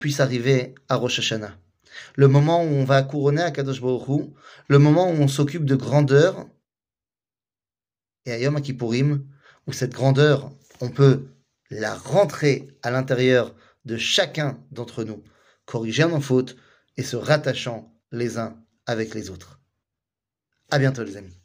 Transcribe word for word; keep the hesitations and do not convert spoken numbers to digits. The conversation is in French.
puisse arriver à Rosh Hashanah. Le moment où on va couronner Akadosh Baruch Hu, le moment où on s'occupe de grandeur, et à Yom Kippourim, où cette grandeur, on peut la rentrer à l'intérieur de chacun d'entre nous, corrigeant nos fautes et se rattachant les uns avec les autres. À bientôt les amis.